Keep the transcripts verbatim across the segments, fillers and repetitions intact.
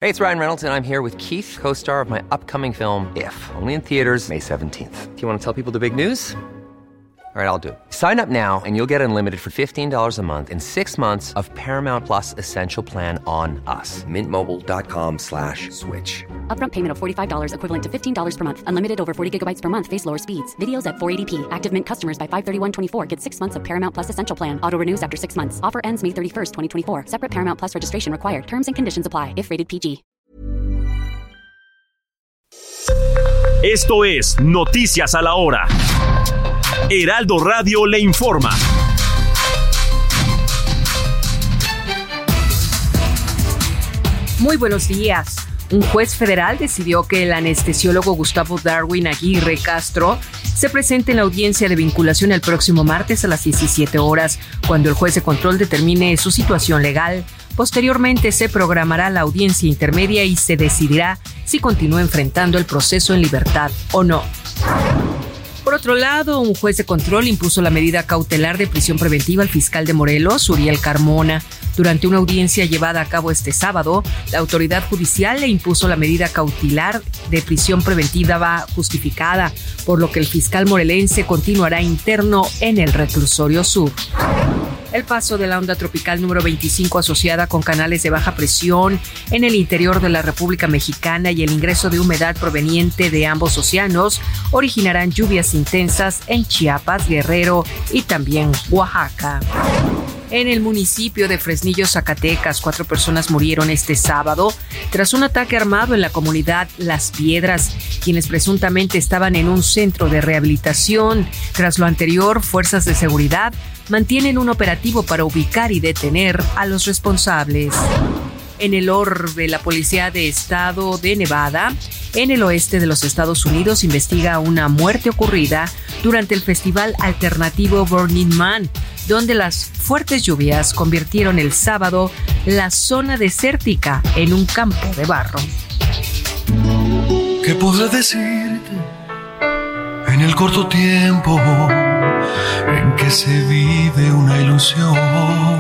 Hey, it's Ryan Reynolds, and I'm here with Keith, co-star of my upcoming film, If, only in theaters May seventeenth. Do you want to tell people the big news? All right, I'll do it. Sign up now and you'll get unlimited for fifteen dollars a month and six months of Paramount Plus Essential Plan on us. Mint Mobile dot com slash switch. Upfront payment of forty-five dollars equivalent to fifteen dollars per month. Unlimited over forty gigabytes per month. Face lower speeds. Videos at four eighty p. Active Mint customers by five thirty-one twenty-four get six months of Paramount Plus Essential Plan. Auto renews after six months. Offer ends May thirty-first, twenty twenty-four. Separate Paramount Plus registration required. Terms and conditions apply if rated P G. Esto es Noticias a la Hora. Heraldo Radio le informa. Muy buenos días. Un juez federal decidió que el anestesiólogo Gustavo Darwin Aguirre Castro se presente en la audiencia de vinculación el próximo martes a las diecisiete horas, cuando el juez de control determine su situación legal. Posteriormente se programará la audiencia intermedia y se decidirá si continúa enfrentando el proceso en libertad o no. Por otro lado, un juez de control impuso la medida cautelar de prisión preventiva al fiscal de Morelos, Uriel Carmona. Durante una audiencia llevada a cabo este sábado, la autoridad judicial le impuso la medida cautelar de prisión preventiva justificada, por lo que el fiscal morelense continuará interno en el reclusorio sur. El paso de la onda tropical número veinticinco asociada con canales de baja presión en el interior de la República Mexicana y el ingreso de humedad proveniente de ambos océanos originarán lluvias intensas en Chiapas, Guerrero y también Oaxaca. En el municipio de Fresnillo, Zacatecas, cuatro personas murieron este sábado tras un ataque armado en la comunidad Las Piedras, quienes presuntamente estaban en un centro de rehabilitación. Tras lo anterior, fuerzas de seguridad mantienen un operativo para ubicar y detener a los responsables. En el orbe, la Policía de Estado de Nevada, en el oeste de los Estados Unidos, investiga una muerte ocurrida durante el festival alternativo Burning Man, donde las fuertes lluvias convirtieron el sábado la zona desértica en un campo de barro. ¿Qué podré decirte en el corto tiempo en que se vive una ilusión?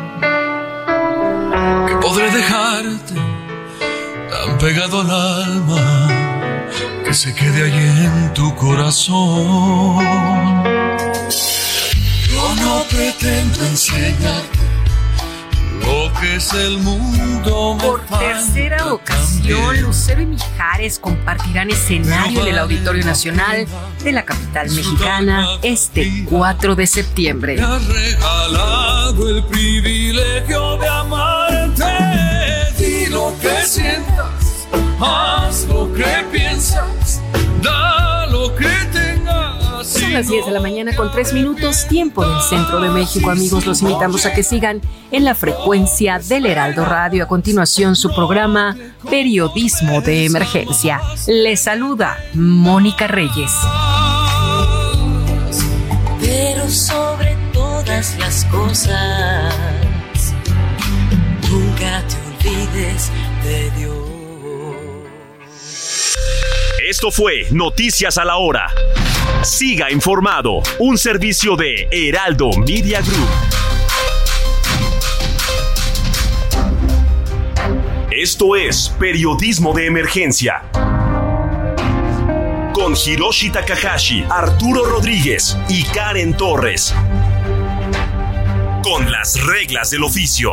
¿Qué podré dejarte tan pegado al alma que se quede allí en tu corazón? Yo no pretendo enseñarte lo que es el mundo. Por tercera ocasión, Lucero y Mijares compartirán escenario en el Auditorio Nacional de la capital mexicana este cuatro de septiembre. Me has regalado el privilegio de amarte. Di lo que sientas, haz lo que piensas, da lo que tengas. Son las diez de la mañana con tres minutos, tiempo del centro de México. Amigos, los invitamos a que sigan en la frecuencia del Heraldo Radio. A continuación, su programa Periodismo de Emergencia. Les saluda Mónica Reyes. Pero sobre todas las cosas, nunca te olvides de Dios. Esto fue Noticias a la Hora. Siga informado, un servicio de Heraldo Media Group. Esto es Periodismo de Emergencia. Con Hiroshi Takahashi, Arturo Rodríguez y Karen Torres. Con las reglas del oficio.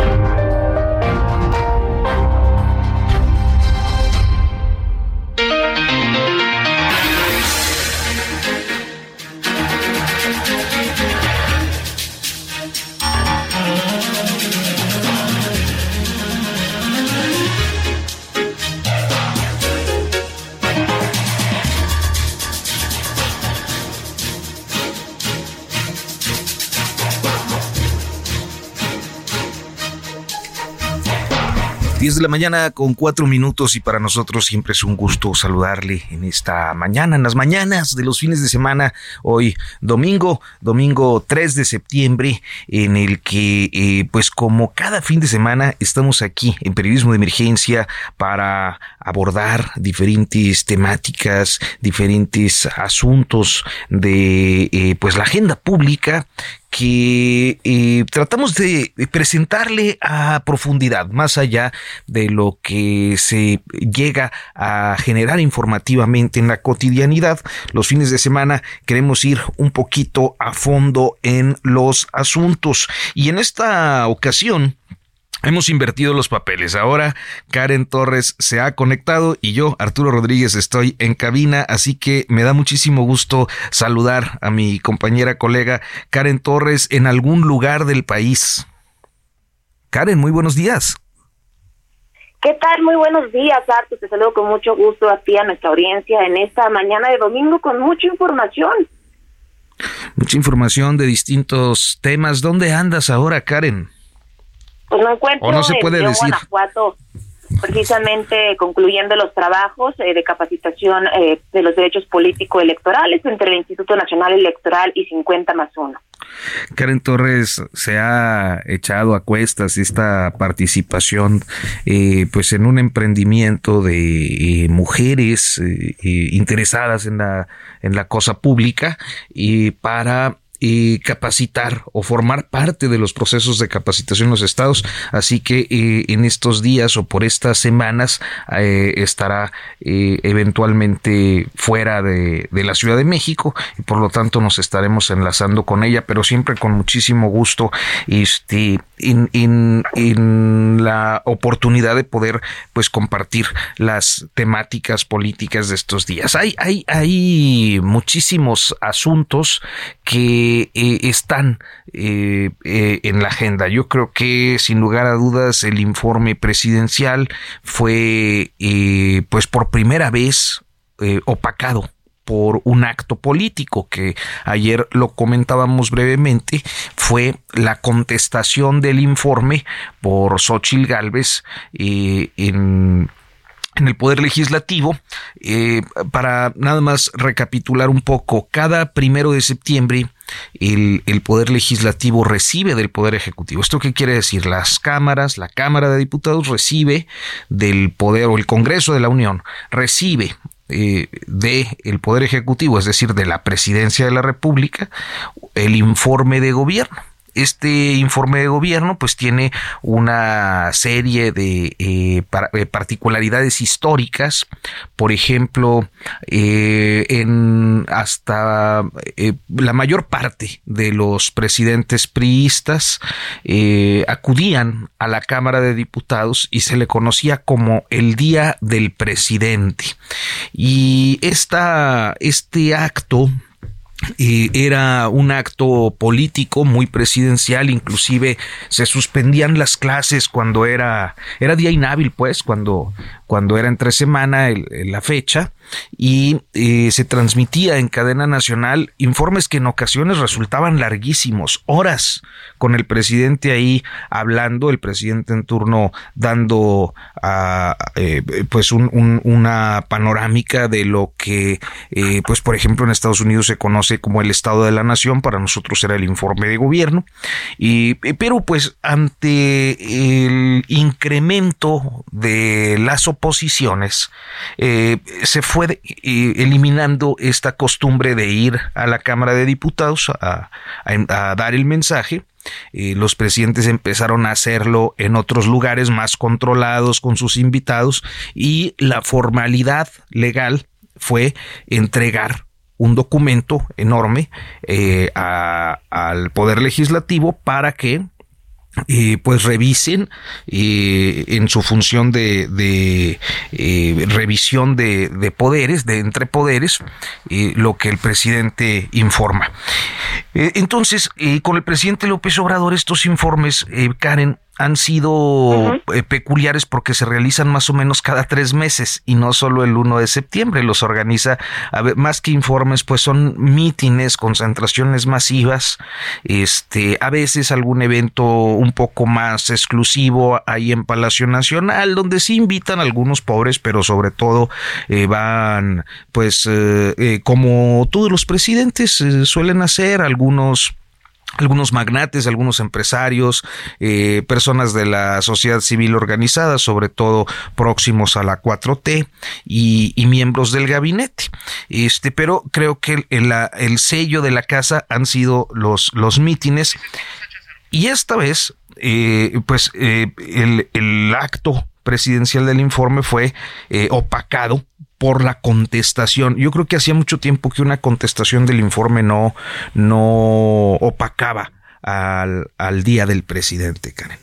diez de la mañana con cuatro minutos y para nosotros siempre es un gusto saludarle en esta mañana, en las mañanas de los fines de semana, hoy domingo, domingo tres de septiembre, en el que eh, pues como cada fin de semana estamos aquí en Periodismo de Emergencia para abordar diferentes temáticas, diferentes asuntos de eh, pues la agenda pública que eh, tratamos de presentarle a profundidad, más allá de lo que se llega a generar informativamente en la cotidianidad. Los fines de semana queremos ir un poquito a fondo en los asuntos, y en esta ocasión hemos invertido los papeles. Ahora Karen Torres se ha conectado y yo, Arturo Rodríguez, estoy en cabina, así que me da muchísimo gusto saludar a mi compañera, colega Karen Torres en algún lugar del país. Karen, muy buenos días. ¿Qué tal? Muy buenos días, Arturo. Te saludo con mucho gusto a ti, a nuestra audiencia, en esta mañana de domingo con mucha información. Mucha información de distintos temas. ¿Dónde andas ahora, Karen? Pues me encuentro ¿O no se puede en León, decir? Guanajuato, precisamente concluyendo los trabajos eh, de capacitación eh, de los derechos político-electorales entre el Instituto Nacional Electoral y cincuenta más uno. Karen Torres se ha echado a cuestas esta participación eh, pues en un emprendimiento de eh, mujeres eh, eh, interesadas en la, en la cosa pública y para y capacitar o formar parte de los procesos de capacitación en los estados, así que eh, en estos días o por estas semanas eh, estará eh, eventualmente fuera de, de la Ciudad de México y por lo tanto nos estaremos enlazando con ella, pero siempre con muchísimo gusto este en, en, en la oportunidad de poder pues compartir las temáticas políticas de estos días. Hay, hay, hay muchísimos asuntos que Eh, están eh, eh, en la agenda. Yo creo que sin lugar a dudas el informe presidencial fue eh, pues por primera vez eh, opacado por un acto político que ayer lo comentábamos brevemente, fue la contestación del informe por Xóchitl Gálvez eh, en en el Poder Legislativo. Eh, para nada más recapitular un poco, cada primero de septiembre el, el Poder Legislativo recibe del Poder Ejecutivo. ¿Esto qué quiere decir? Las cámaras, la Cámara de Diputados recibe del Poder, o el Congreso de la Unión recibe eh, de el Poder Ejecutivo, es decir, de la Presidencia de la República, el informe de gobierno. Este informe de gobierno pues tiene una serie de eh, par- eh, particularidades históricas. Por ejemplo, eh, en hasta eh, la mayor parte de los presidentes priistas eh, acudían a la Cámara de Diputados y se le conocía como el Día del Presidente. Y esta, este acto Eh, era un acto político muy presidencial, inclusive se suspendían las clases cuando era era día inhábil, pues cuando cuando era entre semana el, la fecha, y eh, se transmitía en cadena nacional informes que en ocasiones resultaban larguísimos, horas con el presidente ahí hablando, el presidente en turno dando uh, eh, pues un, un, una panorámica de lo que eh, pues por ejemplo en Estados Unidos se conoce como el Estado de la Nación. Para nosotros era el informe de gobierno, y pero pues ante el incremento de las oposiciones eh, se fue de, eh, eliminando esta costumbre de ir a la Cámara de Diputados a, a, a dar el mensaje. Eh, los presidentes empezaron a hacerlo en otros lugares más controlados con sus invitados, y la formalidad legal fue entregar un documento enorme eh, a, al Poder Legislativo para que Eh, pues revisen eh, en su función de, de eh, revisión de, de poderes, de entre poderes, eh, lo que el presidente informa. Eh, entonces, eh, con el presidente López Obrador, estos informes, eh, Karen, han sido uh-huh. eh, peculiares porque se realizan más o menos cada tres meses y no solo el uno de septiembre. Los organiza, a ver, más que informes, pues son mítines, concentraciones masivas, este, a veces algún evento un poco más exclusivo ahí en Palacio Nacional, donde sí invitan a algunos pobres, pero sobre todo eh, van, pues, eh, eh, como todos los presidentes eh, suelen hacer, algunos algunos magnates, algunos empresarios, eh, personas de la sociedad civil organizada, sobre todo próximos a la cuatro T y, y miembros del gabinete. Este, pero creo que el, el, el sello de la casa han sido los, los mítines, y esta vez, eh, pues, eh, el, el acto presidencial del informe fue eh, opacado por la contestación. Yo creo que hacía mucho tiempo que una contestación del informe no, no opacaba al, al día del presidente, Karen.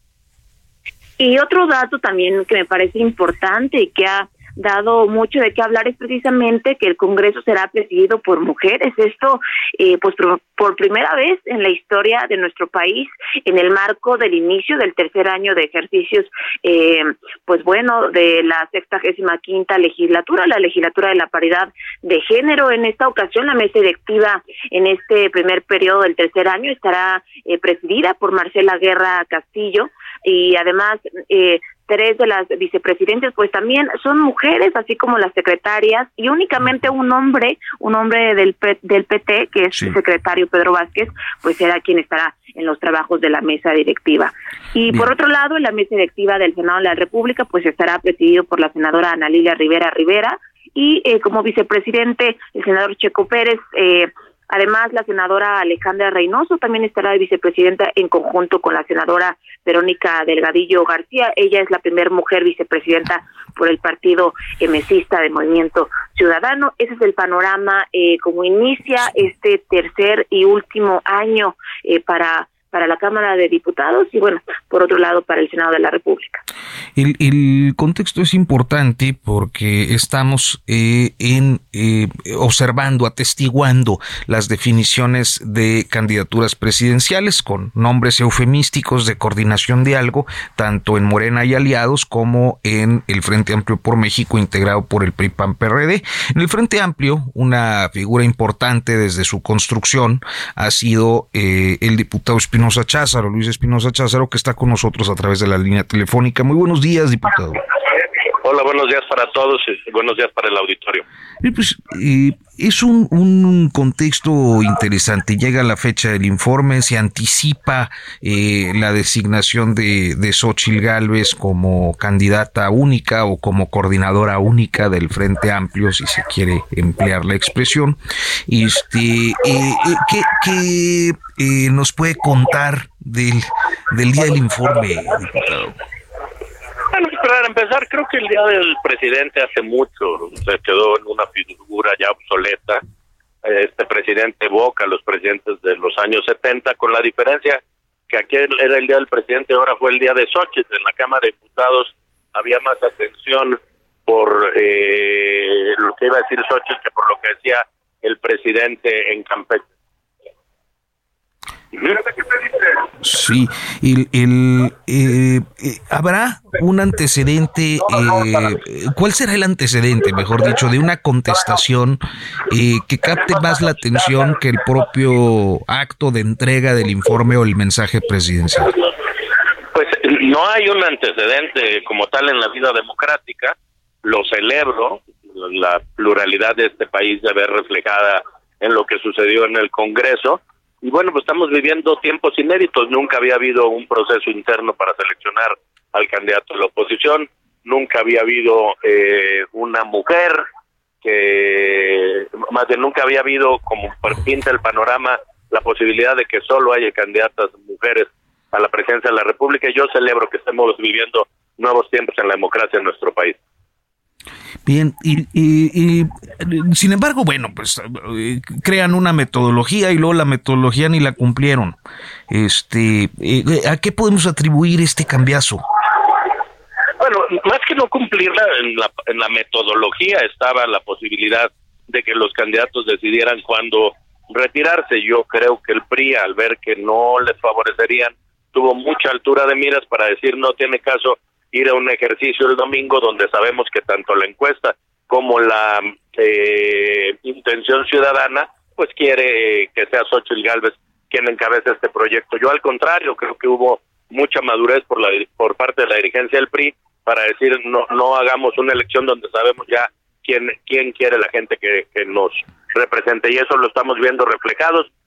Y otro dato también que me parece importante y que ha dado mucho de qué hablar es precisamente que el Congreso será presidido por mujeres. Esto, eh, pues por, por primera vez en la historia de nuestro país, en el marco del inicio del tercer año de ejercicios, eh, pues bueno, de la sexagésima quinta legislatura, la legislatura de la paridad de género. En esta ocasión, la mesa directiva en este primer periodo del tercer año estará eh, presidida por Marcela Guerra Castillo, y además eh, tres de las vicepresidentes pues también son mujeres, así como las secretarias, y únicamente un hombre, un hombre del P- del P T, que es sí. el secretario Pedro Vázquez, pues será quien estará en los trabajos de la mesa directiva. Y Bien. Por otro lado, en la mesa directiva del Senado de la República pues estará presidido por la senadora Ana Lilia Rivera Rivera, y eh, como vicepresidente el senador Checo Pérez. eh, Además, la senadora Alejandra Reynoso también estará de vicepresidenta en conjunto con la senadora Verónica Delgadillo García. Ella es la primera mujer vicepresidenta por el partido emesista de Movimiento Ciudadano. Ese es el panorama eh, como inicia este tercer y último año eh, para para la Cámara de Diputados y, bueno, por otro lado, para el Senado de la República. El, el contexto es importante porque estamos eh, en eh, observando, atestiguando las definiciones de candidaturas presidenciales con nombres eufemísticos de coordinación de algo, tanto en Morena y aliados como en el Frente Amplio por México, integrado por el P R I, P A N, P R D. En el Frente Amplio, una figura importante desde su construcción ha sido eh, el diputado Espinosa Cházaro, Luis Espinosa Cházaro, que está con nosotros a través de la línea telefónica. Muy buenos días, diputado. Hola, buenos días para todos y buenos días para el auditorio. Eh, pues, eh, es un, un contexto interesante. Llega la fecha del informe, se anticipa eh, la designación de, de Xóchitl Gálvez como candidata única o como coordinadora única del Frente Amplio, si se quiere emplear la expresión. Este, eh, eh, ¿qué, qué eh, nos puede contar del, del día del informe, diputado? Bueno, para empezar, creo que el día del presidente hace mucho se quedó en una figura ya obsoleta. Este presidente evoca a los presidentes de los años setenta, con la diferencia que aquel era el día del presidente, ahora fue el día de Xóchitl. En la Cámara de Diputados había más atención por eh, lo que iba a decir Xóchitl que por lo que decía el presidente en Campeche. Sí, el, el, eh, eh, ¿habrá un antecedente? Eh, ¿Cuál será el antecedente, mejor dicho, de una contestación eh, que capte más la atención que el propio acto de entrega del informe o el mensaje presidencial? Pues no hay un antecedente como tal en la vida democrática. Lo celebro, la pluralidad de este país de ver reflejada en lo que sucedió en el Congreso. Y bueno, pues estamos viviendo tiempos inéditos. Nunca había habido un proceso interno para seleccionar al candidato de la oposición. Nunca había habido eh, una mujer que, más bien nunca había habido, como pinta el panorama, la posibilidad de que solo haya candidatas mujeres a la presidencia de la República. Y yo celebro que estemos viviendo nuevos tiempos en la democracia en nuestro país. Bien, y, y, y sin embargo, bueno, pues eh, crean una metodología y luego la metodología ni la cumplieron. Este, eh, ¿a qué podemos atribuir este cambiazo? Bueno, más que no cumplirla, en la, en la metodología estaba la posibilidad de que los candidatos decidieran cuándo retirarse. Yo creo que el P R I, al ver que no les favorecerían, tuvo mucha altura de miras para decir no tiene caso ir a un ejercicio el domingo donde sabemos que tanto la encuesta como la eh, intención ciudadana pues quiere que sea Xóchitl Gálvez quien encabece este proyecto. Yo al contrario creo que hubo mucha madurez por la por parte de la dirigencia del P R I para decir no no hagamos una elección donde sabemos ya quién quién quiere la gente que, que nos represente, y eso lo estamos viendo reflejados.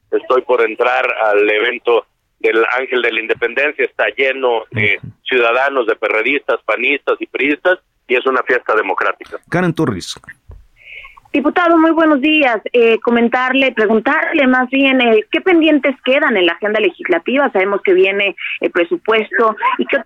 estoy por entrar al evento del Ángel de la Independencia, está lleno de ciudadanos, de perredistas, panistas y priistas, y es una fiesta democrática. Karen Torres. Diputado, muy buenos días. Eh, comentarle, preguntarle más bien eh, qué pendientes quedan en la agenda legislativa. Sabemos que viene el presupuesto y que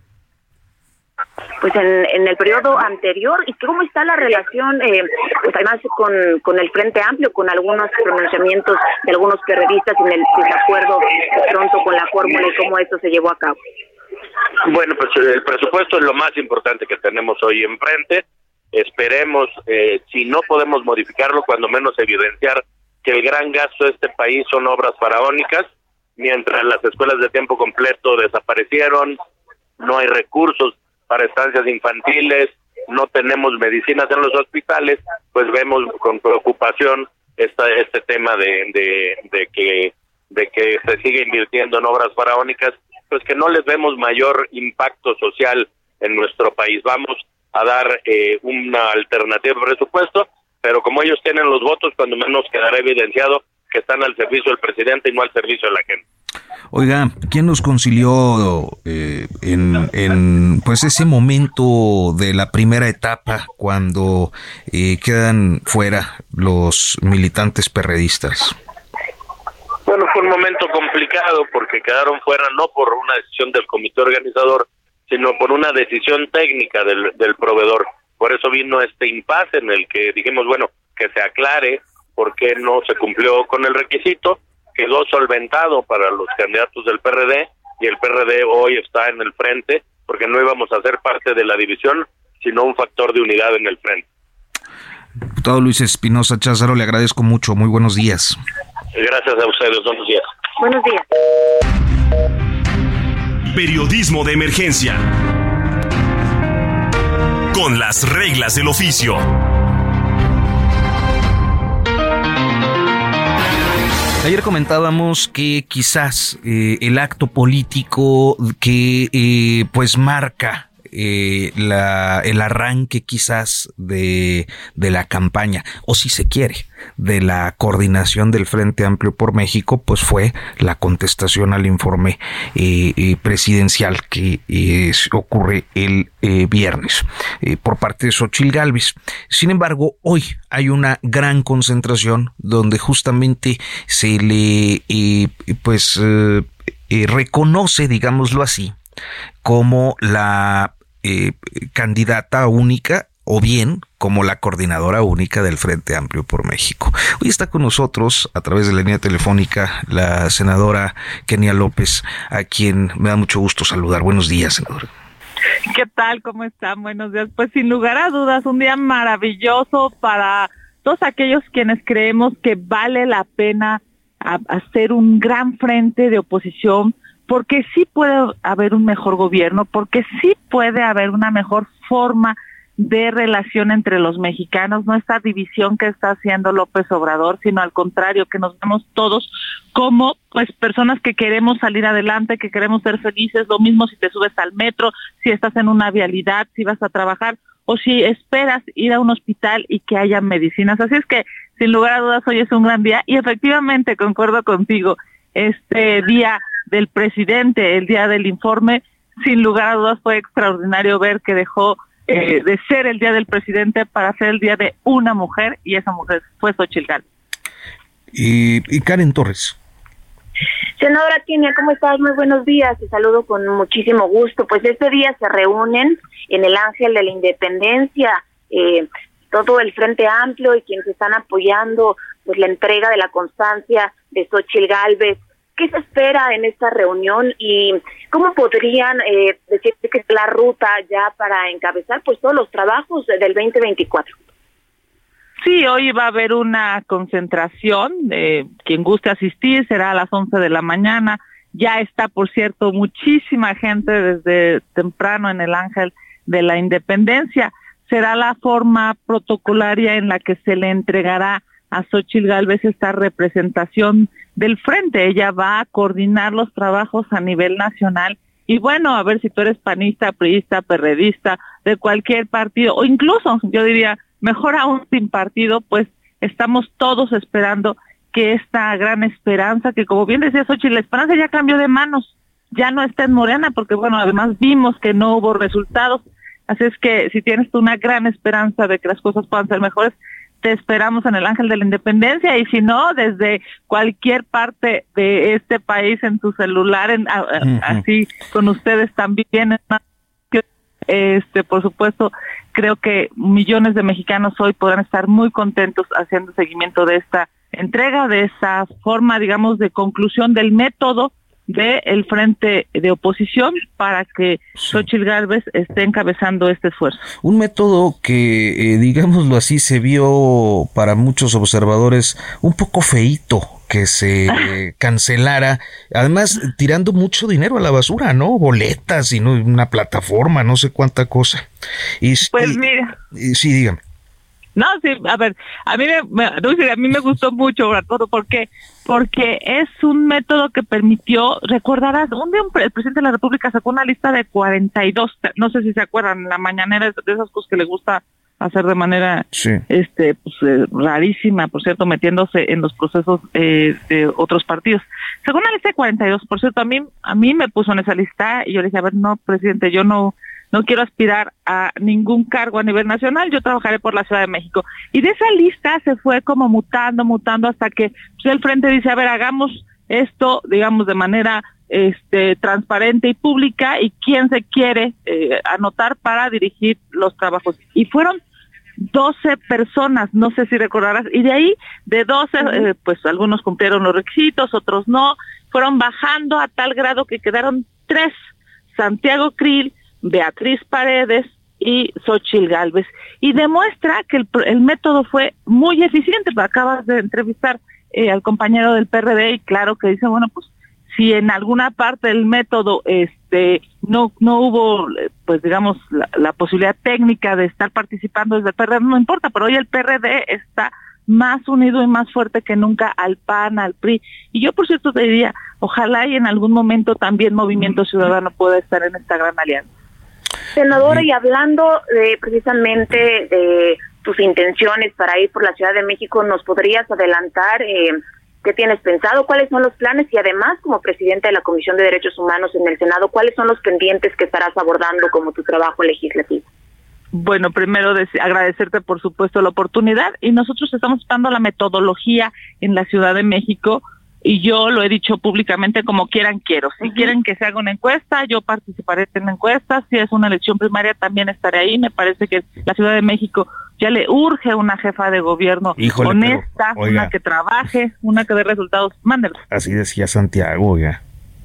pues en, en el periodo anterior, y cómo está la relación, eh, pues además con, con el Frente Amplio, con algunos pronunciamientos de algunos periodistas en el desacuerdo pronto con la fórmula y cómo esto se llevó a cabo. Bueno, pues el presupuesto es lo más importante que tenemos hoy enfrente. Esperemos, eh, si no podemos modificarlo, cuando menos evidenciar que el gran gasto de este país son obras faraónicas, mientras las escuelas de tiempo completo desaparecieron, no hay recursos para estancias infantiles, no tenemos medicinas en los hospitales, pues vemos con preocupación esta, este tema de, de, de que de que se sigue invirtiendo en obras faraónicas, pues que no les vemos mayor impacto social en nuestro país. Vamos a dar eh, una alternativa de presupuesto, pero como ellos tienen los votos, cuando menos quedará evidenciado que están al servicio del presidente y no al servicio de la gente. Oiga, ¿quién nos concilió eh, en, en pues ese momento de la primera etapa cuando eh, quedan fuera los militantes perredistas? Bueno, fue un momento complicado porque quedaron fuera no por una decisión del comité organizador, sino por una decisión técnica del, del proveedor. Por eso vino este impasse en el que dijimos, bueno, que se aclare por qué no se cumplió con el requisito. Quedó solventado para los candidatos del P R D y el P R D hoy está en el frente porque no íbamos a ser parte de la división, sino un factor de unidad en el frente. Diputado Luis Espinosa Cházaro, le agradezco mucho. Muy buenos días. Gracias a ustedes. Buenos días. Buenos días. Periodismo de emergencia. Con las reglas del oficio. Ayer comentábamos que quizás eh, el acto político que eh, pues marca eh, la, el arranque quizás de, de la campaña, o si se quiere, de la coordinación del Frente Amplio por México, pues fue la contestación al informe eh, eh, presidencial que eh, ocurre el eh, viernes eh, por parte de Xóchitl Gálvez. Sin embargo, hoy hay una gran concentración donde justamente se le eh, pues eh, eh, reconoce, digámoslo así, como la eh, candidata única o bien como la coordinadora única del Frente Amplio por México. Hoy está con nosotros a través de la línea telefónica la senadora Kenia López, a quien me da mucho gusto saludar. Buenos días, senadora. ¿Qué tal? ¿Cómo están? Buenos días. Pues sin lugar a dudas, un día maravilloso para todos aquellos quienes creemos que vale la pena hacer un gran frente de oposición, porque sí puede haber un mejor gobierno, porque sí puede haber una mejor forma de relación entre los mexicanos, no esta división que está haciendo López Obrador, sino al contrario, que nos vemos todos como pues personas que queremos salir adelante, que queremos ser felices, lo mismo si te subes al metro, si estás en una vialidad, si vas a trabajar o si esperas ir a un hospital y que haya medicinas. Así es que, sin lugar a dudas, hoy es un gran día y efectivamente concuerdo contigo, este día del presidente, el día del informe, sin lugar a dudas fue extraordinario ver que dejó eh, de ser el día del presidente para ser el día de una mujer, y esa mujer fue Xóchitl Gálvez. Y, y Karen Torres. Senadora Kenia, ¿cómo estás? Muy buenos días, te saludo con muchísimo gusto. Pues este día se reúnen en el Ángel de la Independencia eh, todo el Frente Amplio y quienes están apoyando pues la entrega de la constancia de Xóchitl Gálvez. ¿Qué se espera en esta reunión y cómo podrían eh, decir que es la ruta ya para encabezar pues todos los trabajos del veinte veinticuatro? Sí, hoy va a haber una concentración, eh, quien guste asistir será a las once de la mañana, ya está por cierto muchísima gente desde temprano en el Ángel de la Independencia, será la forma protocolaria en la que se le entregará a Xóchitl Gálvez esta representación del frente. Ella va a coordinar los trabajos a nivel nacional y bueno, a ver si tú eres panista, priista, perredista, de cualquier partido o incluso, yo diría, mejor aún sin partido, pues estamos todos esperando que esta gran esperanza, que como bien decía Xochitl, la esperanza ya cambió de manos, ya no está en Morena, porque bueno, además vimos que no hubo resultados, así es que si tienes tú una gran esperanza de que las cosas puedan ser mejores, te esperamos en el Ángel de la Independencia, y si no, desde cualquier parte de este país en tu celular, en, a, uh-huh. así con ustedes también. Este, por supuesto, creo que millones de mexicanos hoy podrán estar muy contentos haciendo seguimiento de esta entrega, de esa forma, digamos, de conclusión del método del frente de oposición para que sí. Xochitl Gálvez esté encabezando este esfuerzo. Un método que, eh, digámoslo así, se vio para muchos observadores un poco feíto, que se cancelara, además tirando mucho dinero a la basura, ¿no? Boletas y no una plataforma, no sé cuánta cosa. Y, pues mira. Y, sí, dígame. No, sí, a ver, a mí me, me, a mí me gustó mucho, todo, ¿por qué? Porque es un método que permitió, recordarás, un día un, el presidente de la República sacó una lista de cuarenta y dos, no sé si se acuerdan, la mañanera de esas cosas que le gusta hacer de manera sí. este pues eh, rarísima, por cierto, metiéndose en los procesos eh, de otros partidos. Según la lista de cuarenta y dos, por cierto, a mí a mí me puso en esa lista y yo le dije, a ver, no, presidente, yo no no quiero aspirar a ningún cargo a nivel nacional, yo trabajaré por la Ciudad de México. Y de esa lista se fue como mutando, mutando hasta que pues, el frente dice, a ver, hagamos esto, digamos, de manera este transparente y pública, y quién se quiere eh, anotar para dirigir los trabajos. Y fueron doce personas, no sé si recordarás, y de ahí, de doce, eh, pues algunos cumplieron los requisitos, otros no, fueron bajando a tal grado que quedaron tres, Santiago Krill, Beatriz Paredes y Xochitl Gálvez, y demuestra que el, el método fue muy eficiente. Acabas de entrevistar eh, al compañero del P R D y claro que dice, bueno, pues si en alguna parte del método este no no hubo, pues digamos, la, la posibilidad técnica de estar participando desde el P R D, no importa, pero hoy el P R D está más unido y más fuerte que nunca al P A N, al P R I, y yo por cierto te diría, ojalá y en algún momento también Movimiento Ciudadano pueda estar en esta gran alianza. Senadora, y hablando de precisamente de tus intenciones para ir por la Ciudad de México, ¿nos podrías adelantar eh, qué tienes pensado, cuáles son los planes, y además como presidenta de la Comisión de Derechos Humanos en el Senado, cuáles son los pendientes que estarás abordando como tu trabajo legislativo? Bueno, primero des- agradecerte por supuesto la oportunidad, y nosotros estamos buscando la metodología en la Ciudad de México, y yo lo he dicho públicamente, como quieran quiero. Si uh-huh. quieren que se haga una encuesta, yo participaré en la encuesta. Si es una elección primaria, también estaré ahí. Me parece que la Ciudad de México ya le urge una jefa de gobierno Híjole, honesta, pero, una que trabaje, una que dé resultados. Mándelo. Así decía Santiago, oiga.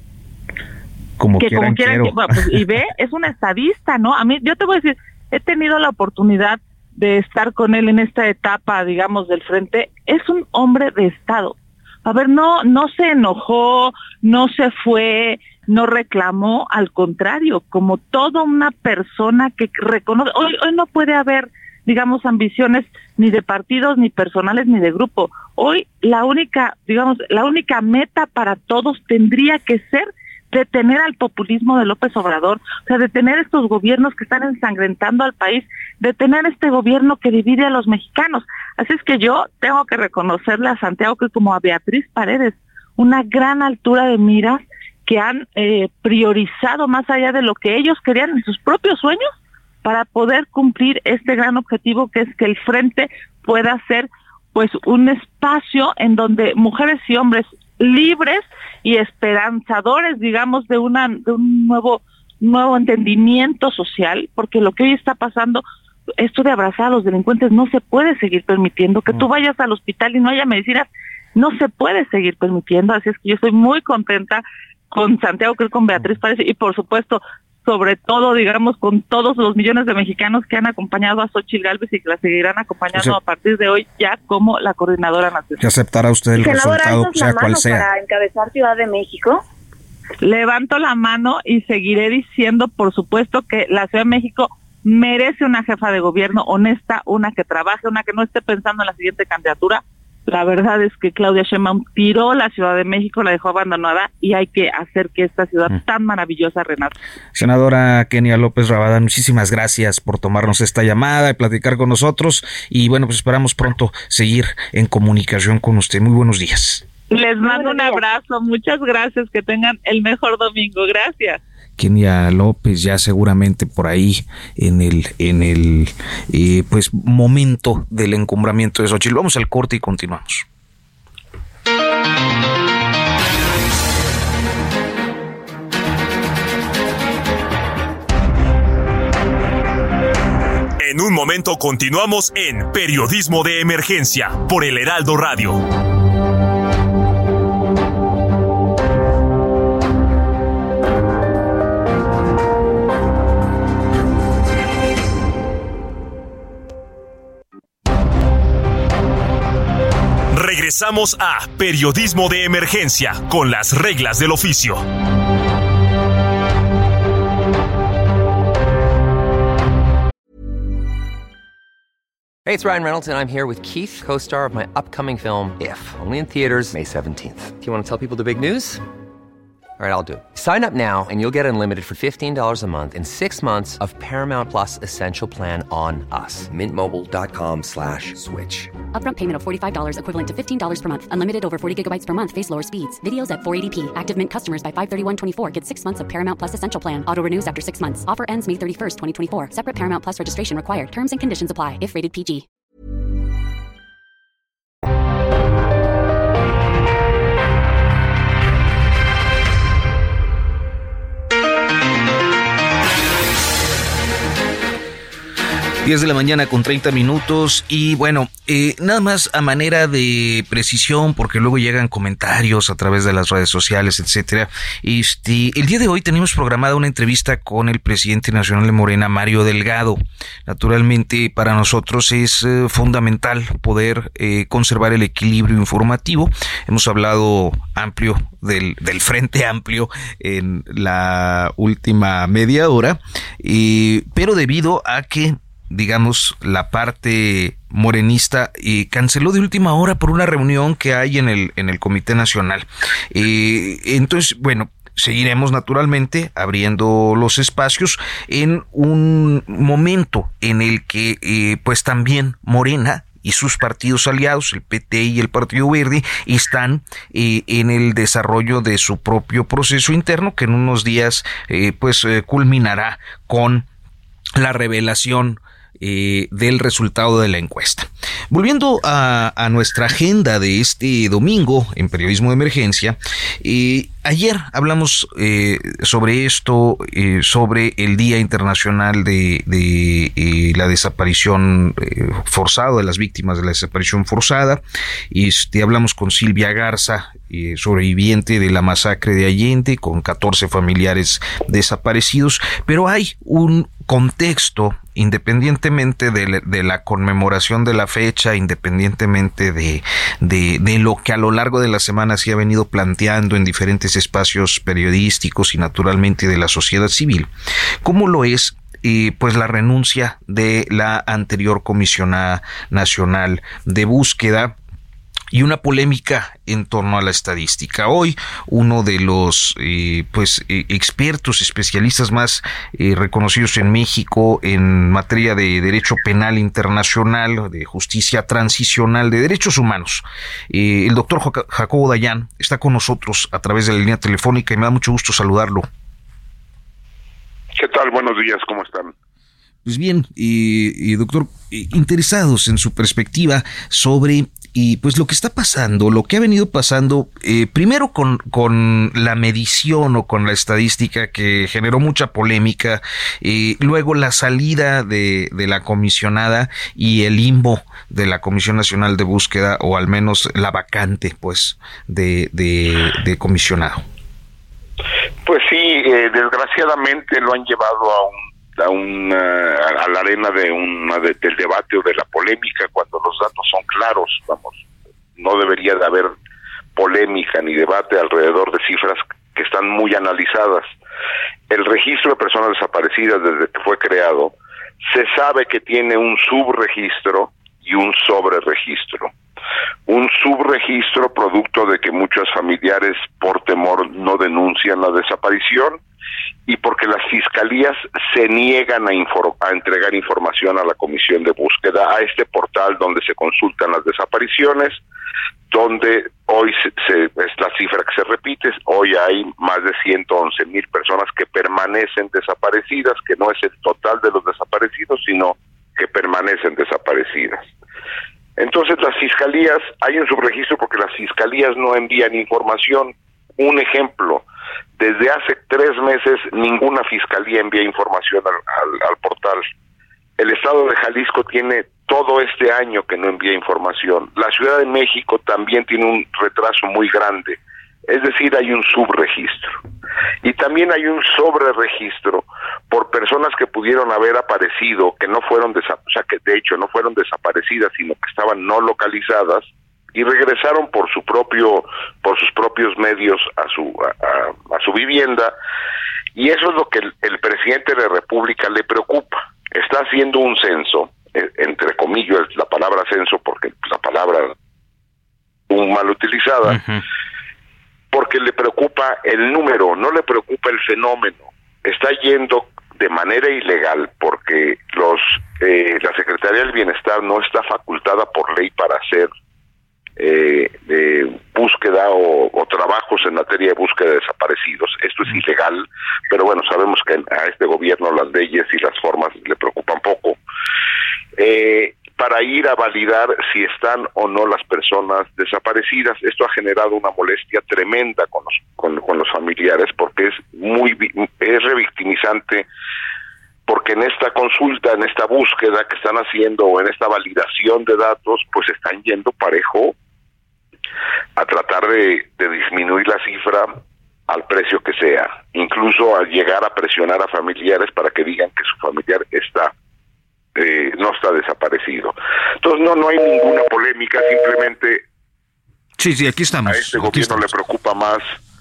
Como que quieran, como quieran quiero. Que, bueno, pues, y ve, es un estadista, ¿no? A mí, yo te voy a decir, he tenido la oportunidad de estar con él en esta etapa, digamos, del frente. Es un hombre de Estado. A ver, no no se enojó, no se fue, no reclamó, al contrario, como toda una persona que reconoce. Hoy hoy no puede haber, digamos, ambiciones ni de partidos, ni personales, ni de grupo. Hoy la única, digamos, la única meta para todos tendría que ser detener al populismo de López Obrador, o sea, detener estos gobiernos que están ensangrentando al país, detener este gobierno que divide a los mexicanos. Así es que yo tengo que reconocerle a Santiago que como a Beatriz Paredes, una gran altura de miras, que han eh, priorizado más allá de lo que ellos querían en sus propios sueños para poder cumplir este gran objetivo, que es que el frente pueda ser pues un espacio en donde mujeres y hombres libres y esperanzadores, digamos, de una de un nuevo nuevo entendimiento social, porque lo que hoy está pasando, esto de abrazar a los delincuentes, no se puede seguir permitiendo. Que tú vayas al hospital y no haya medicinas, no se puede seguir permitiendo. Así es que yo estoy muy contenta con Santiago Krill, con Beatriz Paredes, y por supuesto, sobre todo, digamos, con todos los millones de mexicanos que han acompañado a Xochitl Gálvez y que la seguirán acompañando, o sea, a partir de hoy ya como la coordinadora nacional. ¿Que aceptará usted el Senadora, resultado, sea cual sea? Para encabezar Ciudad de México. Levanto la mano y seguiré diciendo, por supuesto, que la Ciudad de México merece una jefa de gobierno honesta, una que trabaje, una que no esté pensando en la siguiente candidatura, La verdad es que Claudia Sheinbaum tiró la Ciudad de México, la dejó abandonada y hay que hacer que esta ciudad mm. tan maravillosa renazca. Senadora Kenia López Rabadán, muchísimas gracias por tomarnos esta llamada y platicar con nosotros y bueno, pues esperamos pronto seguir en comunicación con usted. Muy buenos días. Les mando un abrazo, muchas gracias, que tengan el mejor domingo, gracias. Kenia López ya seguramente por ahí en el en el eh, pues momento del encumbramiento de Xochitl. Vamos al corte y continuamos. En un momento continuamos en Periodismo de Emergencia por el Heraldo Radio. Regresamos a Periodismo de Emergencia con las reglas del oficio. Hey, it's Ryan Reynolds, and I'm here with Keith, co-star of my upcoming film, If, only in theaters May seventeenth. Do you want to tell people the big news? All right, I'll do it. Sign up now and you'll get unlimited for fifteen dollars a month and six months of Paramount Plus Essential Plan on us. Mint Mobile dot com slash switch. Upfront payment of forty-five dollars equivalent to fifteen dollars per month. Unlimited over forty gigabytes per month. Face lower speeds. Videos at four eighty p. Active Mint customers by five thirty-one twenty-four get six months of Paramount Plus Essential Plan. Auto renews after six months. Offer ends May thirty-first, twenty twenty-four. Separate Paramount Plus registration required. Terms and conditions apply if rated P G. diez de la mañana con treinta minutos y bueno, eh, nada más a manera de precisión porque luego llegan comentarios a través de las redes sociales, etcétera. Este, el día de hoy tenemos programada una entrevista con el presidente nacional de Morena, Mario Delgado. Naturalmente para nosotros es eh, fundamental poder eh, conservar el equilibrio informativo. Hemos hablado amplio del, del Frente Amplio en la última media hora, eh, pero debido a que digamos, la parte morenista eh, canceló de última hora por una reunión que hay en el en el Comité Nacional. Eh, entonces, bueno, seguiremos naturalmente abriendo los espacios en un momento en el que, eh, pues también Morena y sus partidos aliados, el P T y el Partido Verde, están eh, en el desarrollo de su propio proceso interno que en unos días, eh, pues, eh, culminará con la revelación Eh, del resultado de la encuesta. Volviendo a, a nuestra agenda de este domingo en Periodismo de Emergencia, eh, ayer hablamos eh, sobre esto, eh, sobre el Día Internacional de, de eh, la desaparición eh, forzada, de las víctimas de la desaparición forzada. Este, hablamos con Silvia Garza, eh, sobreviviente de la masacre de Allende, con catorce familiares desaparecidos, pero hay un contexto, independientemente de, de la conmemoración de la fecha, independientemente de, de, de lo que a lo largo de la semana se ha venido planteando en diferentes espacios periodísticos y naturalmente de la sociedad civil, como lo es eh, pues la renuncia de la anterior comisionada nacional de búsqueda y una polémica en torno a la estadística. Hoy uno de los eh, pues eh, expertos, especialistas más eh, reconocidos en México en materia de derecho penal internacional, de justicia transicional, de derechos humanos, eh, el doctor Jacobo Dayan, está con nosotros a través de la línea telefónica y me da mucho gusto saludarlo. ¿Qué tal? Buenos días, ¿cómo están? Pues bien, eh, eh, doctor, eh, interesados en su perspectiva sobre y pues lo que está pasando, lo que ha venido pasando, eh, primero con, con la medición o con la estadística que generó mucha polémica, eh, luego la salida de, de la comisionada y el limbo de la Comisión Nacional de Búsqueda, o al menos la vacante, pues, de, de, de comisionado. Pues sí, eh, desgraciadamente lo han llevado a un a una a la arena de una de, del debate o de la polémica cuando los datos son claros. Vamos, no debería de haber polémica ni debate alrededor de cifras que están muy analizadas. El registro de personas desaparecidas, desde que fue creado, se sabe que tiene un subregistro y un sobreregistro. un subregistro producto de que muchos familiares por temor no denuncian la desaparición y porque las fiscalías se niegan a, infor- a entregar información a la comisión de búsqueda, a este portal donde se consultan las desapariciones, donde hoy se, se, es la cifra que se repite, hoy hay más de ciento once mil personas que permanecen desaparecidas, que no es el total de los desaparecidos, sino que permanecen desaparecidas. Entonces las fiscalías, hay un subregistro porque las fiscalías no envían información. Un ejemplo, desde hace tres meses ninguna fiscalía envía información al, al, al portal. El estado de Jalisco tiene todo este año que no envía información. La Ciudad de México también tiene un retraso muy grande. Es decir, hay un subregistro. Y también hay un sobreregistro por personas que pudieron haber aparecido, que no fueron, desa- o sea, que de hecho no fueron desaparecidas, sino que estaban no localizadas y regresaron por su propio, por sus propios medios a su, a, a, a su vivienda. Y eso es lo que el, el presidente de la República le preocupa. Está haciendo un censo, eh, entre comillas la palabra censo, porque la palabra un mal utilizada, uh-huh. porque le preocupa el número, no le preocupa el fenómeno. Está yendo de manera ilegal porque los eh, la Secretaría del Bienestar no está facultada por ley para hacer eh, de búsqueda o, o trabajos en materia de búsqueda de desaparecidos. Esto es ilegal, pero bueno, sabemos que a este gobierno las leyes y las formas le preocupan poco. Eh, para ir a validar si están o no las personas desaparecidas. Esto ha generado una molestia tremenda con los, con, con los familiares porque es muy es revictimizante, porque en esta consulta, en esta búsqueda que están haciendo o en esta validación de datos, pues están yendo parejo a tratar de, de disminuir la cifra al precio que sea, incluso a llegar a presionar a familiares para que digan que su familiar está Eh, no está desaparecido. Entonces no no hay ninguna polémica, simplemente sí, sí, aquí estamos. A este gobierno estamos. le preocupa más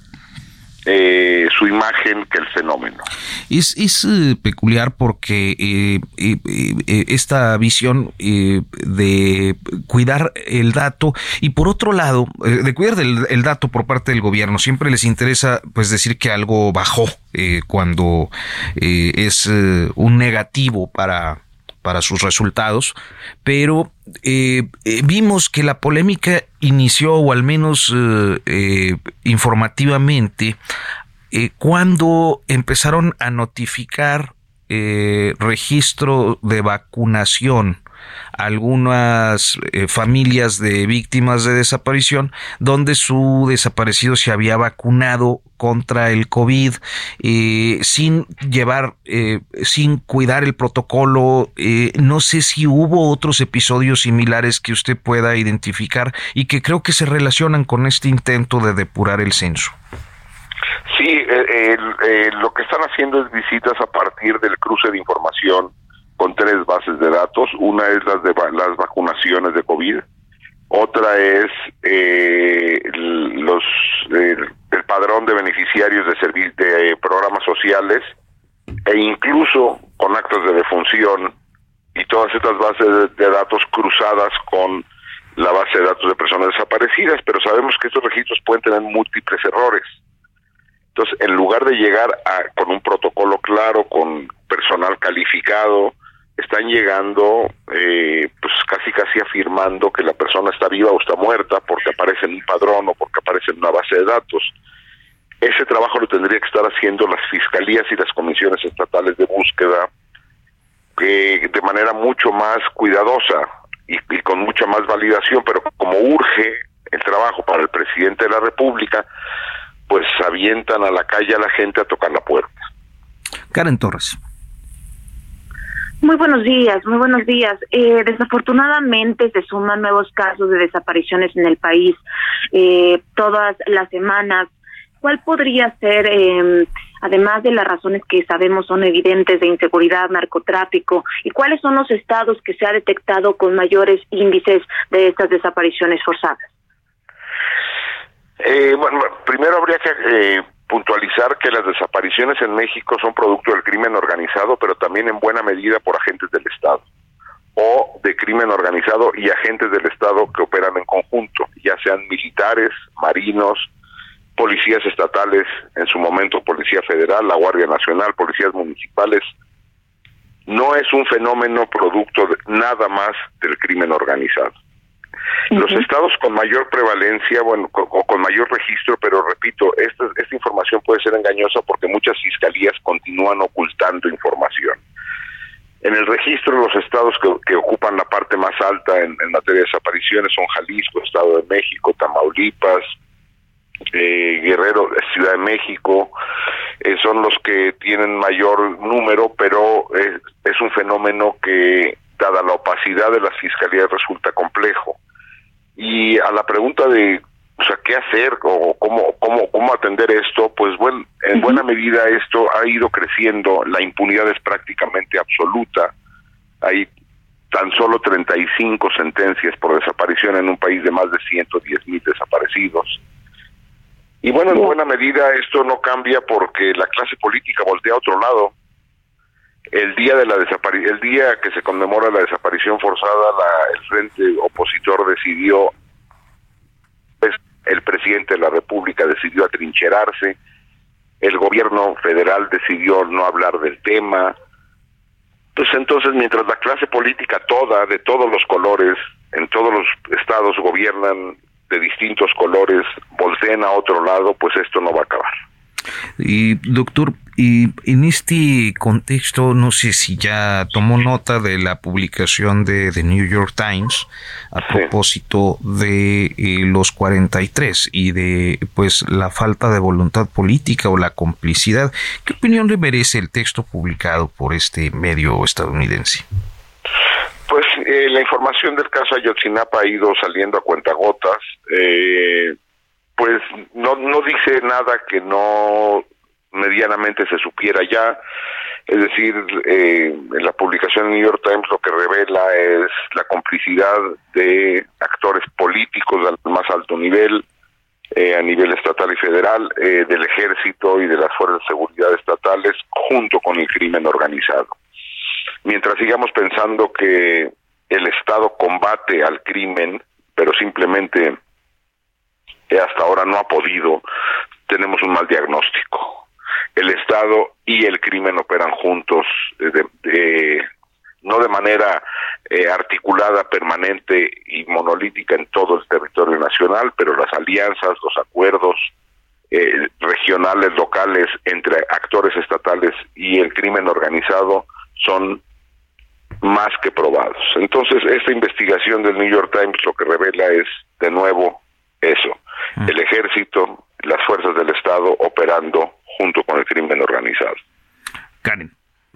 eh, su imagen que el fenómeno. Es, es eh, peculiar porque eh, eh, eh, esta visión eh, de cuidar el dato y por otro lado, eh, de cuidar del, el dato por parte del gobierno, siempre les interesa pues decir que algo bajó eh, cuando eh, es eh, un negativo para para sus resultados, pero eh, eh, vimos que la polémica inició, o al menos eh, eh, informativamente, eh, cuando empezaron a notificar eh, registro de vacunación a algunas eh, familias de víctimas de desaparición, donde su desaparecido se había vacunado contra el COVID, eh, sin llevar, eh, sin cuidar el protocolo. Eh, no sé si hubo otros episodios similares que usted pueda identificar y que creo que se relacionan con este intento de depurar el censo. Sí, eh, eh, eh, lo que están haciendo es visitas a partir del cruce de información con tres bases de datos. Una es las de va- las vacunaciones de COVID, otra es eh, los eh, el padrón de beneficiarios de servi- de eh, programas sociales, e incluso con actas de defunción, y todas estas bases de, de datos cruzadas con la base de datos de personas desaparecidas, pero sabemos que estos registros pueden tener múltiples errores. Entonces, en lugar de llegar a, con un protocolo claro, con personal calificado, están llegando eh, pues casi casi afirmando que la persona está viva o está muerta porque aparece en un padrón o porque aparece en una base de datos. Ese trabajo lo tendría que estar haciendo las fiscalías y las comisiones estatales de búsqueda, que de manera mucho más cuidadosa y, y con mucha más validación, pero como urge el trabajo para el presidente de la República, pues avientan a la calle a la gente a tocar la puerta. Karen Torres. Muy buenos días, muy buenos días. Eh, desafortunadamente se suman nuevos casos de desapariciones en el país eh, todas las semanas. ¿Cuál podría ser, eh, además de las razones que sabemos son evidentes de inseguridad, narcotráfico, y cuáles son los estados que se ha detectado con mayores índices de estas desapariciones forzadas? Eh, bueno, primero habría que eh, puntualizar que las desapariciones en México son producto del crimen organizado, pero también en buena medida por agentes del Estado o de crimen organizado y agentes del Estado que operan en conjunto, ya sean militares, marinos, policías estatales, en su momento Policía Federal, la Guardia Nacional, policías municipales. No es un fenómeno producto de, nada más del crimen organizado. Uh-huh. Los estados con mayor prevalencia, bueno, con, o con mayor registro, pero repito, esta, esta información puede ser engañosa porque muchas fiscalías continúan ocultando información. En el registro, los estados que, que ocupan la parte más alta en, en materia de desapariciones son Jalisco, Estado de México, Tamaulipas, eh, Guerrero, Ciudad de México, eh, son los que tienen mayor número, pero eh, es un fenómeno que, dada la opacidad de las fiscalías, resulta complejo. Y a la pregunta de, o sea, ¿qué hacer o cómo cómo cómo atender esto? Pues bueno, en buena medida esto ha ido creciendo, la impunidad es prácticamente absoluta. Hay tan solo treinta y cinco sentencias por desaparición en un país de más de ciento diez mil desaparecidos. Y bueno, en buena medida esto no cambia porque la clase política voltea a otro lado. El día de la desapari- el día que se conmemora la desaparición forzada, la, el frente opositor decidió, pues, el presidente de la República decidió atrincherarse, el gobierno federal decidió no hablar del tema. Pues entonces, mientras la clase política toda, de todos los colores, en todos los estados gobiernan de distintos colores, volteen a otro lado, pues esto no va a acabar. Y doctor, y en este contexto, no sé si ya tomó nota de la publicación de The New York Times a sí. propósito de eh, los cuarenta y tres y de pues la falta de voluntad política o la complicidad. ¿Qué opinión le merece el texto publicado por este medio estadounidense? Pues eh, la información del caso Ayotzinapa ha ido saliendo a cuentagotas. Eh, pues no no dice nada que no medianamente se supiera ya. Es decir, eh, en la publicación de New York Times lo que revela es la complicidad de actores políticos al más alto nivel, eh, a nivel estatal y federal, eh, del ejército y de las fuerzas de seguridad estatales, junto con el crimen organizado. Mientras sigamos pensando que el Estado combate al crimen, pero simplemente hasta ahora no ha podido, tenemos un mal diagnóstico. El Estado y el crimen operan juntos, de, de, no de manera eh, articulada, permanente y monolítica en todo el territorio nacional, pero las alianzas, los acuerdos eh, regionales, locales, entre actores estatales y el crimen organizado son más que probados. Entonces, esta investigación del New York Times lo que revela es, de nuevo, eso. El ejército, las fuerzas del Estado operando junto con el crimen organizado. Karen.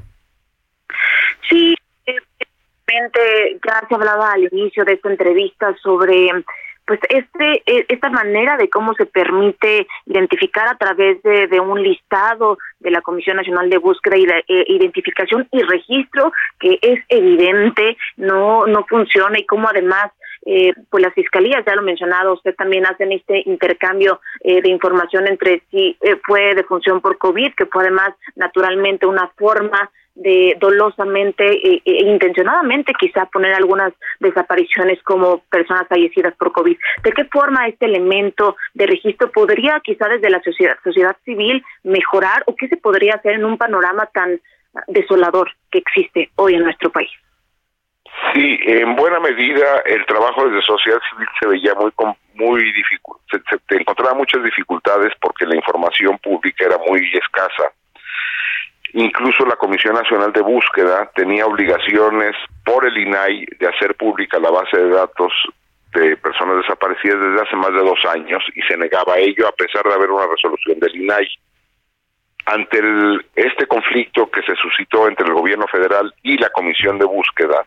Sí, evidentemente ya se hablaba al inicio de esta entrevista sobre pues este esta manera de cómo se permite identificar a través de, de un listado de la Comisión Nacional de Búsqueda y de, eh, Identificación y Registro, que es evidente no no funciona, y cómo además Eh, pues las fiscalías, ya lo mencionado, usted también hacen este intercambio eh, de información entre si eh, fue de función por COVID, que fue además naturalmente una forma de dolosamente e eh, eh, intencionadamente quizá poner algunas desapariciones como personas fallecidas por COVID. ¿De qué forma este elemento de registro podría quizá desde la sociedad, sociedad civil mejorar, o qué se podría hacer en un panorama tan desolador que existe hoy en nuestro país? Sí, en buena medida el trabajo desde sociedad civil se veía muy muy difícil, se, se encontraba muchas dificultades porque la información pública era muy escasa. Incluso la Comisión Nacional de Búsqueda tenía obligaciones por el I N A I de hacer pública la base de datos de personas desaparecidas desde hace más de dos años y se negaba a ello a pesar de haber una resolución del I N A I. Ante el, este conflicto que se suscitó entre el gobierno federal y la Comisión de Búsqueda,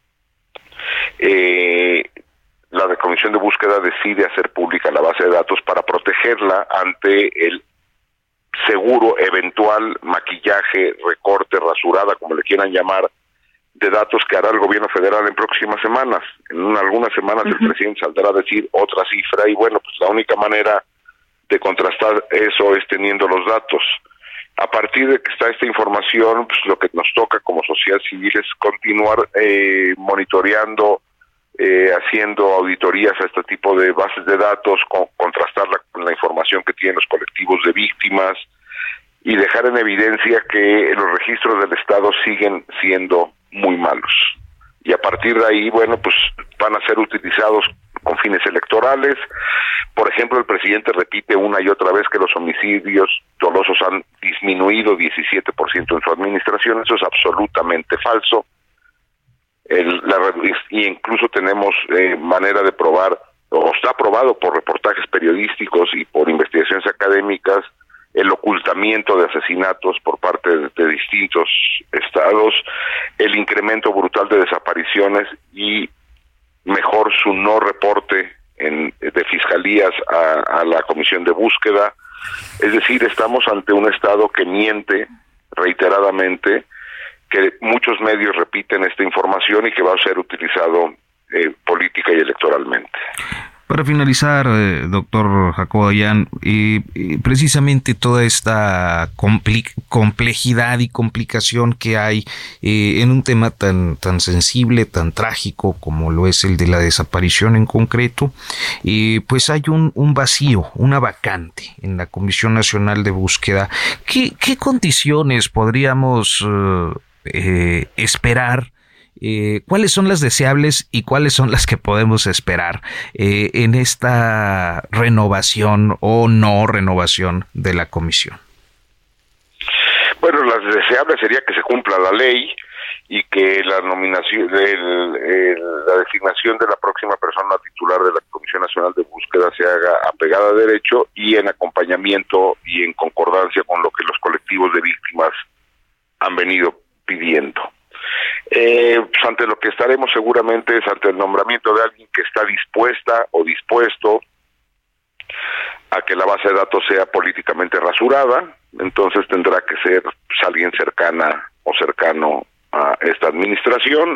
Eh, la de Comisión de Búsqueda decide hacer pública la base de datos para protegerla ante el seguro eventual maquillaje, recorte, rasurada, como le quieran llamar, de datos que hará el gobierno federal en próximas semanas. En una, algunas semanas uh-huh. el presidente saldrá a decir otra cifra y bueno, pues la única manera de contrastar eso es teniendo los datos. A partir de que está esta información, pues lo que nos toca como sociedad civil es continuar eh, monitoreando, eh, haciendo auditorías a este tipo de bases de datos, con, contrastarla con la información que tienen los colectivos de víctimas y dejar en evidencia que los registros del Estado siguen siendo muy malos. Y a partir de ahí, bueno, pues van a ser utilizados con fines electorales. Por ejemplo, el presidente repite una y otra vez que los homicidios dolosos han disminuido diecisiete por ciento en su administración. Eso es absolutamente falso. El, la, y incluso tenemos eh, manera de probar, o está probado por reportajes periodísticos y por investigaciones académicas, el ocultamiento de asesinatos por parte de, de distintos estados, el incremento brutal de desapariciones y mejor su no reporte en, de fiscalías a, a la comisión de búsqueda. Es decir, estamos ante un estado que miente reiteradamente, que muchos medios repiten esta información y que va a ser utilizado eh, política y electoralmente. Para finalizar, eh, doctor Jacobo Dayan, eh, eh, precisamente toda esta compli- complejidad y complicación que hay eh, en un tema tan, tan sensible, tan trágico como lo es el de la desaparición en concreto, eh, pues hay un, un vacío, una vacante en la Comisión Nacional de Búsqueda. ¿Qué, qué condiciones podríamos eh, eh, esperar? Eh, ¿Cuáles son las deseables y cuáles son las que podemos esperar eh, en esta renovación o no renovación de la comisión? Bueno, las deseables sería que se cumpla la ley y que la nominación, el, el, la designación de la próxima persona titular de la Comisión Nacional de Búsqueda se haga apegada a derecho y en acompañamiento y en concordancia con lo que los colectivos de víctimas han venido pidiendo. Eh, pues ante lo que estaremos seguramente es ante el nombramiento de alguien que está dispuesta o dispuesto a que la base de datos sea políticamente rasurada. Entonces tendrá que ser pues, alguien cercana o cercano a esta administración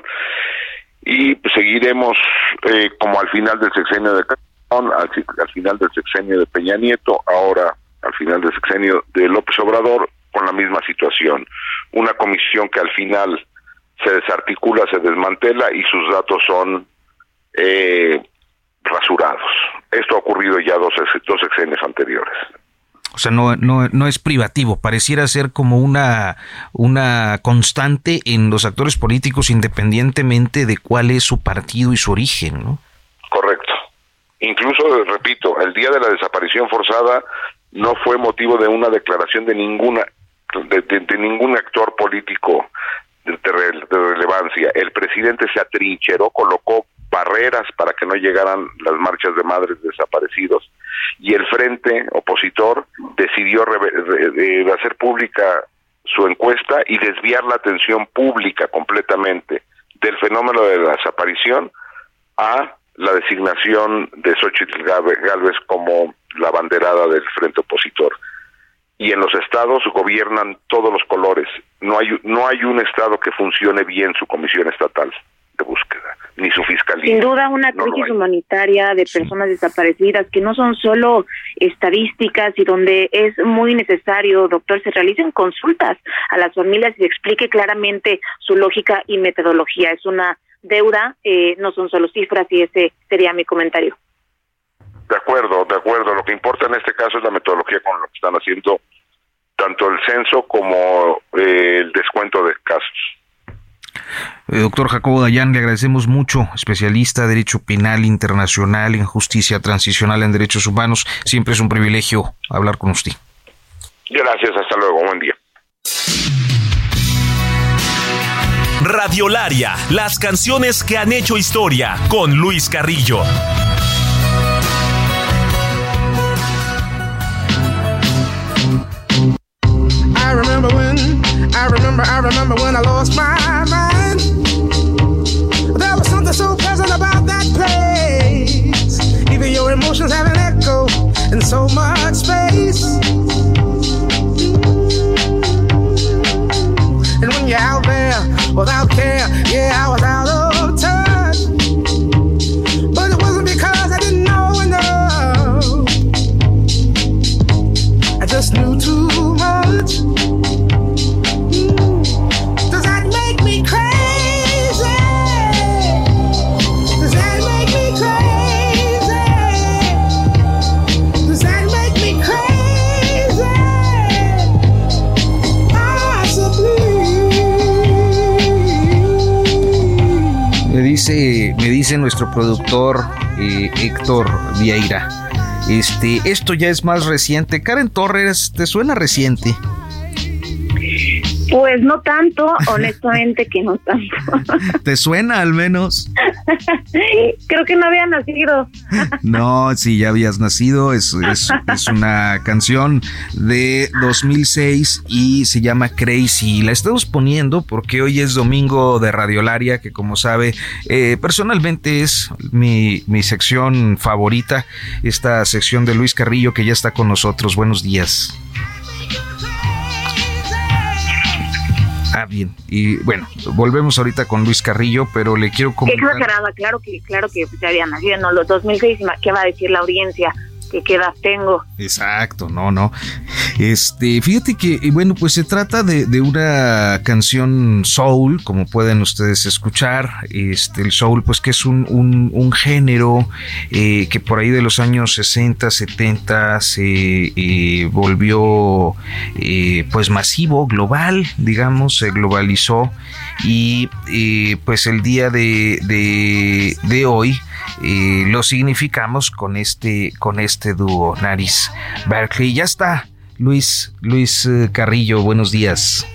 y pues, seguiremos eh, como al final del sexenio de Calderón, al, al final del sexenio de Peña Nieto, ahora al final del sexenio de López Obrador, con la misma situación. Una comisión que al final se desarticula, se desmantela y sus datos son eh, rasurados. Esto ha ocurrido ya dos, dos sexenios anteriores. O sea, no, no, no es privativo, pareciera ser como una, una constante en los actores políticos independientemente de cuál es su partido y su origen, ¿no? Correcto. Incluso, repito, el día de la desaparición forzada no fue motivo de una declaración de ninguna de, de, de ningún actor político de, de, de relevancia. El presidente se atrincheró, colocó barreras para que no llegaran las marchas de madres desaparecidos y el frente opositor decidió re, re, re, hacer pública su encuesta y desviar la atención pública completamente del fenómeno de la desaparición a la designación de Xóchitl Gálvez como la banderada del frente opositor. Y en los estados gobiernan todos los colores. No hay no hay un estado que funcione bien su comisión estatal de búsqueda, ni su fiscalía. Sin duda una no crisis humanitaria de personas desaparecidas que no son solo estadísticas y donde es muy necesario, doctor, se realicen consultas a las familias y se explique claramente su lógica y metodología. Es una deuda, eh, no son solo cifras y ese sería mi comentario. De acuerdo, de acuerdo. Lo que importa en este caso es la metodología con lo que están haciendo tanto el censo como eh, el descuento de casos. Eh, doctor Jacobo Dayan, le agradecemos mucho, especialista de Derecho Penal Internacional en Justicia Transicional en Derechos Humanos. Siempre es un privilegio hablar con usted. Gracias, hasta luego, buen día. Radiolaria, las canciones que han hecho historia, con Luis Carrillo. I remember when, I remember, I remember when I lost my mind. There was something so pleasant about that place. Even your emotions have an echo in so much space. And when you're out there without care, yeah, I was out of touch. But it wasn't because I didn't know enough. I just knew too much. dice, me dice nuestro productor eh, Héctor Vieira. Este, esto ya es más reciente. Karen Torres, ¿te suena reciente? Pues no tanto, honestamente que no tanto. ¿Te suena al menos? Creo que no había nacido. No, sí, ya habías nacido. Es, es, es una canción de dos mil seis y se llama Crazy. La estamos poniendo porque hoy es domingo de Radiolaria, que como sabe, eh, personalmente es mi, mi sección favorita. Esta sección de Luis Carrillo, que ya está con nosotros. Buenos días. Ah, bien. Y bueno, volvemos ahorita con Luis Carrillo, pero le quiero comentar... Qué exagerada, claro que, claro que ya había nacido, ¿no? Los dos mil seis, ¿qué va a decir la audiencia? ¿Qué, qué edad tengo? Exacto, no, no. Este, fíjate que, bueno, pues se trata de, de una canción soul, como pueden ustedes escuchar. Este, el soul, pues que es un, un, un género eh, que por ahí de los años sesenta, setenta se eh, volvió eh, pues masivo, global, digamos, se globalizó. Y eh, pues el día de, de, de hoy eh, lo significamos con este, con este dúo, Gnarls Barkley. Ya está. Luis, Luis Carrillo, buenos días.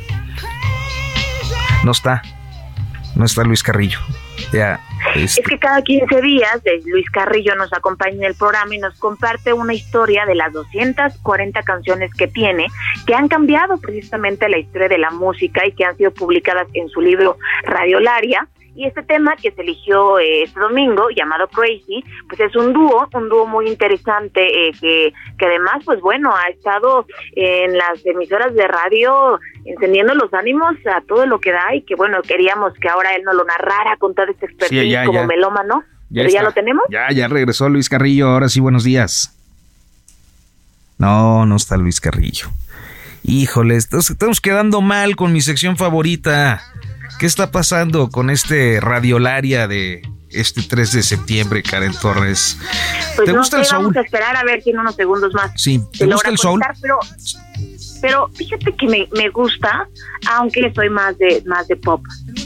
No está, no está Luis Carrillo. Ya, este. Es que cada quince días Luis Carrillo nos acompaña en el programa y nos comparte una historia de las doscientas cuarenta canciones que tiene, que han cambiado precisamente la historia de la música y que han sido publicadas en su libro Radiolaria. Y este tema que se eligió eh, este domingo, llamado Crazy, pues es un dúo, un dúo muy interesante, eh, que, que además, pues bueno, ha estado en las emisoras de radio encendiendo los ánimos a todo lo que da, y que bueno, queríamos que ahora él nos lo narrara con toda esta expertise, sí, ya, como ya. melómano. Ya ¿Pero está. ya lo tenemos? Ya, ya regresó Luis Carrillo, ahora sí, buenos días. No, no está Luis Carrillo. Híjole, estamos, estamos quedando mal con mi sección favorita. ¿Qué está pasando con este Radiolaria de este tres de septiembre, Karen Torres? Pues ¿Te no gusta sé, el soul? Vamos a esperar a ver si en unos segundos más. Sí, ¿te gusta el soul? Pero, pero fíjate que me, me gusta, aunque soy más de más de pop.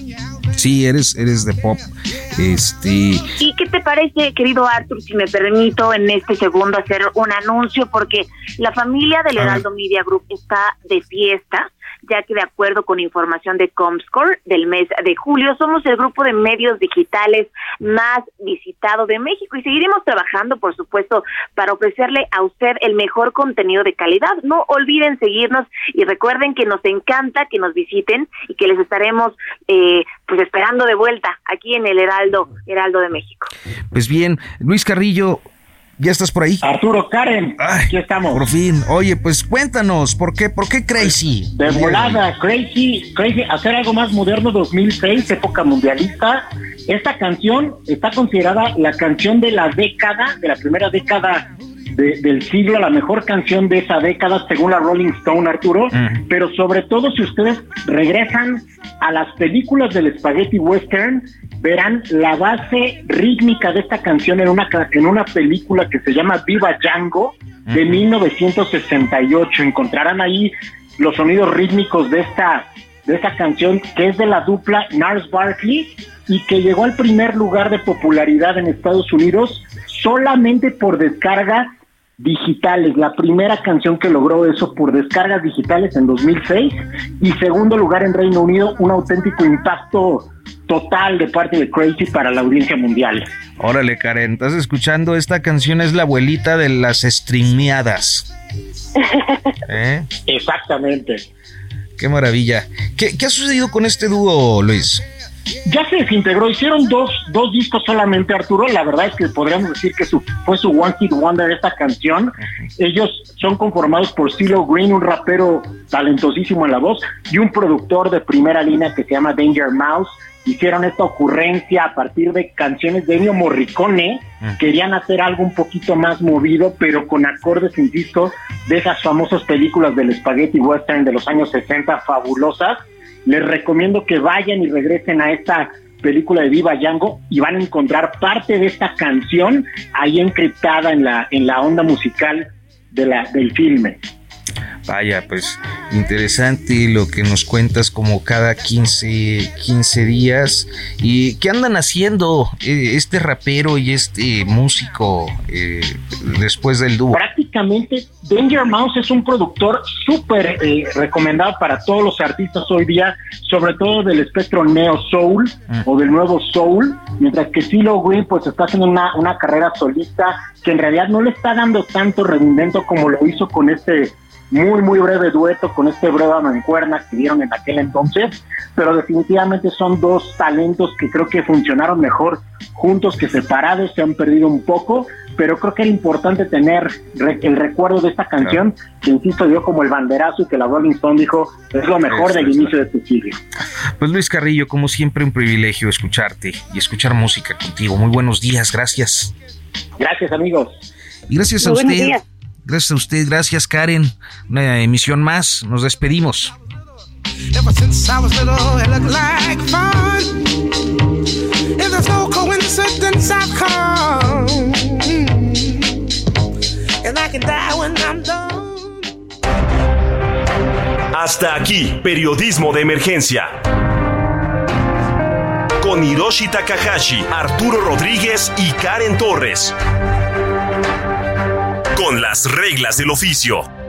Sí, eres, eres de pop. Este. ¿Y qué te parece, querido Arthur, si me permito en este segundo hacer un anuncio? Porque la familia del Heraldo Media Group está de fiesta, ya que de acuerdo con información de Comscore del mes de julio, somos el grupo de medios digitales más visitado de México y seguiremos trabajando, por supuesto, para ofrecerle a usted el mejor contenido de calidad. No olviden seguirnos y recuerden que nos encanta que nos visiten y que les estaremos eh, pues esperando de vuelta aquí en el Heraldo, Heraldo de México. Pues bien, Luis Carrillo, ¿ya estás por ahí? Arturo, Karen, Ay, aquí estamos. Por fin. Oye, pues cuéntanos, ¿por qué, por qué Crazy? De volada, Crazy, Crazy, hacer algo más moderno, dos mil seis, época mundialista. Esta canción está considerada la canción de la década, de la primera década de, del siglo, la mejor canción de esa década, según la Rolling Stone, Arturo. Uh-huh. Pero sobre todo, si ustedes regresan a las películas del Spaghetti Western, verán la base rítmica de esta canción en una en una película que se llama Viva Django, de uh-huh. mil novecientos sesenta y ocho. Encontrarán ahí los sonidos rítmicos de esta de esta canción, que es de la dupla Gnarls Barkley y que llegó al primer lugar de popularidad en Estados Unidos solamente por descargas digitales. La primera canción que logró eso por descargas digitales en dos mil seis, y segundo lugar en Reino Unido, un auténtico impacto total de parte de Crazy para la audiencia mundial. Órale, Karen, estás escuchando, esta canción es la abuelita de las streameadas. ¿Eh? Exactamente. Qué maravilla. ¿Qué, qué ha sucedido con este dúo, Luis? Ya se desintegró, hicieron dos, dos discos solamente, Arturo. La verdad es que podríamos decir que su, fue su One Hit Wonder esta canción. Uh-huh. Ellos son conformados por CeeLo Green, un rapero talentosísimo en la voz, y un productor de primera línea que se llama Danger Mouse. Hicieron esta ocurrencia a partir de canciones de Ennio Morricone. Uh-huh. Querían hacer algo un poquito más movido, pero con acordes, insisto, de esas famosas películas del Spaghetti Western de los años sesenta, fabulosas. Les recomiendo que vayan y regresen a esta película de Viva Django y van a encontrar parte de esta canción ahí encriptada en la en la onda musical de la del filme. Vaya, pues interesante lo que nos cuentas como cada quince, quince días. ¿Y qué andan haciendo eh, este rapero y este músico eh, después del dúo? Prácticamente Danger Mouse es un productor súper eh, recomendado para todos los artistas hoy día, sobre todo del espectro neo soul mm. o del nuevo soul, mientras que CeeLo Green pues está haciendo una, una carrera solista que en realidad no le está dando tanto rendimiento como lo hizo con este muy muy breve dueto, con este breve mancuerna que dieron en aquel entonces, pero definitivamente son dos talentos que creo que funcionaron mejor juntos que separados, se han perdido un poco, pero creo que era importante tener re- el recuerdo de esta canción, claro. que insisto dio como el banderazo y que la Rolling Stone dijo es lo mejor Eso, del es inicio de este siglo. Pues Luis Carrillo, como siempre un privilegio escucharte y escuchar música contigo. Muy buenos días, gracias. Gracias, amigos. Y gracias Muy a buenos usted. días. Gracias a usted, gracias Karen. Una emisión más, nos despedimos. Ever since I was little, it looked like fun. If there's no coincidence, I've come. And I can die when I'm done. Hasta aquí, periodismo de emergencia. Con Hiroshi Takahashi, Arturo Rodríguez y Karen Torres. Con las reglas del oficio.